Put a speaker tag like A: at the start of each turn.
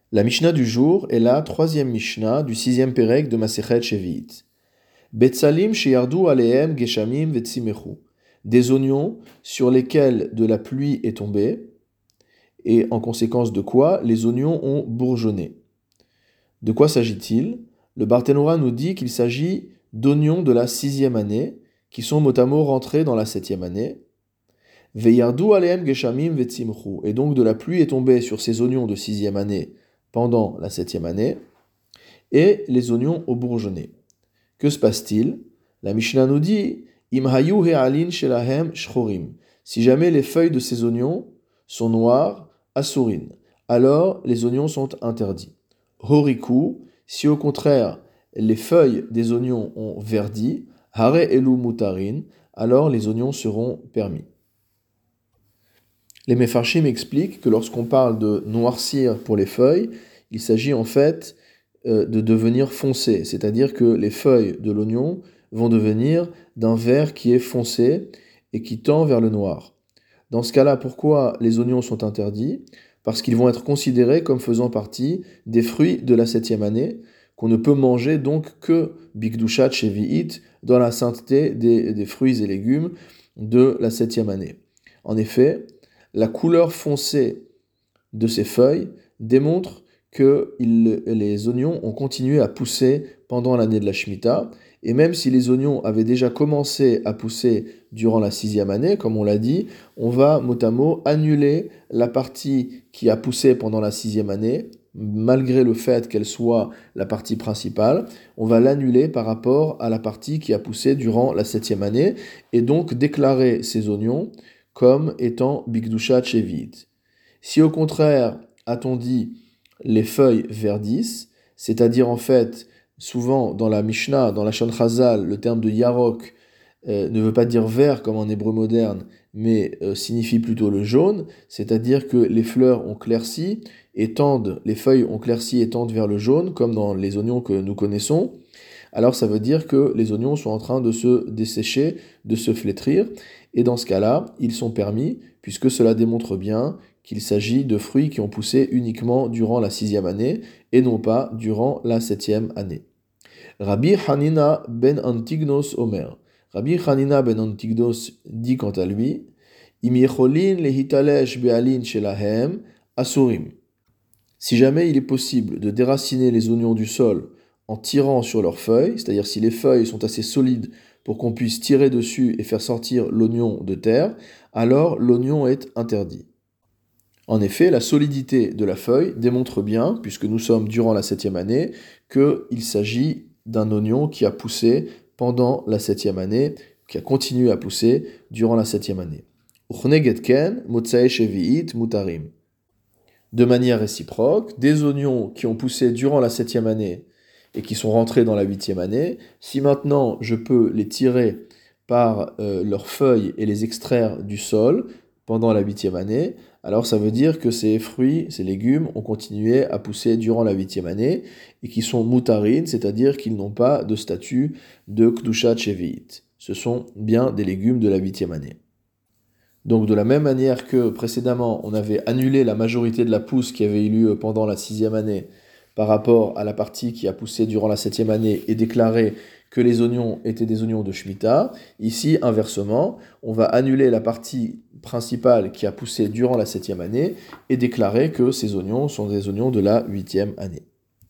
A: La Mishnah du jour est la troisième Mishnah du sixième Pérec de Masechet Shevi'it. Betsalim sheyardu alehem geshamim vetzimechu. Des oignons sur lesquels de la pluie est tombée, et en conséquence de quoi les oignons ont bourgeonné. De quoi s'agit-il? Le Barthénora nous dit qu'il s'agit d'oignons de la sixième année, qui sont mot à mot rentrés dans la septième année. Veyardu alehem geshamim vetzimchu. Et donc de la pluie est tombée sur ces oignons de sixième année pendant la septième année, et les oignons ont bourgeonné. Que se passe-t-il? La Mishnah nous dit Im hayu he'alin shelahem shchorim. Si jamais les feuilles de ces oignons sont noires, asurin, alors les oignons sont interdits. Horiku, si au contraire les feuilles des oignons ont verdi, hare elu mutarin, alors les oignons seront permis. Les Mefarshim expliquent que lorsqu'on parle de noircir pour les feuilles, il s'agit en fait de devenir foncé, c'est-à-dire que les feuilles de l'oignon vont devenir d'un vert qui est foncé et qui tend vers le noir. Dans ce cas-là, pourquoi les oignons sont interdits? Parce qu'ils vont être considérés comme faisant partie des fruits de la septième année, qu'on ne peut manger donc que bikdushat shevi'it, dans la sainteté des fruits et légumes de la septième année. En effet, la couleur foncée de ces feuilles démontre que les oignons ont continué à pousser pendant l'année de la Shemitah, et même si les oignons avaient déjà commencé à pousser durant la sixième année, comme on l'a dit, on va mot à mot annuler la partie qui a poussé pendant la sixième année, malgré le fait qu'elle soit la partie principale, on va l'annuler par rapport à la partie qui a poussé durant la septième année, et donc déclarer ces oignons comme étant Bikdushat Shevi'it. Si au contraire, a-t-on dit, les feuilles verdissent, c'est-à-dire en fait, souvent dans la Mishnah, dans la Shon Chazal, le terme de Yarok ne veut pas dire vert comme en hébreu moderne, mais signifie plutôt le jaune, c'est-à-dire que les fleurs ont clairci et tendent, les feuilles ont clairci et tendent vers le jaune, comme dans les oignons que nous connaissons, alors ça veut dire que les oignons sont en train de se dessécher, de se flétrir, et dans ce cas-là, ils sont permis, puisque cela démontre bien qu'il s'agit de fruits qui ont poussé uniquement durant la sixième année, et non pas durant la septième année. Rabbi Hanina ben Antignos Omer. Rabbi Hanina ben Antignos dit quant à lui, Im yecholin lehitalesh be'alin shelahem asurim. Si jamais il est possible de déraciner les oignons du sol en tirant sur leurs feuilles, c'est-à-dire si les feuilles sont assez solides pour qu'on puisse tirer dessus et faire sortir l'oignon de terre, alors l'oignon est interdit. En effet, la solidité de la feuille démontre bien, puisque nous sommes durant la septième année, qu'il s'agit d'un oignon qui a poussé pendant la septième année, qui a continué à pousser durant la septième année. Mutarim. De manière réciproque, des oignons qui ont poussé durant la septième année et qui sont rentrés dans la huitième année, si maintenant je peux les tirer par leurs feuilles et les extraire du sol pendant la huitième année, alors ça veut dire que ces fruits, ces légumes ont continué à pousser durant la huitième année et qui sont mutarines, c'est-à-dire qu'ils n'ont pas de statut de kdushat shevi'it. Ce sont bien des légumes de la huitième année. Donc de la même manière que précédemment, on avait annulé la majorité de la pousse qui avait eu lieu pendant la sixième année par rapport à la partie qui a poussé durant la septième année et déclaré que les oignons étaient des oignons de Shemitah, ici, inversement, on va annuler la partie principale qui a poussé durant la septième année et déclarer que ces oignons sont des oignons de la huitième année.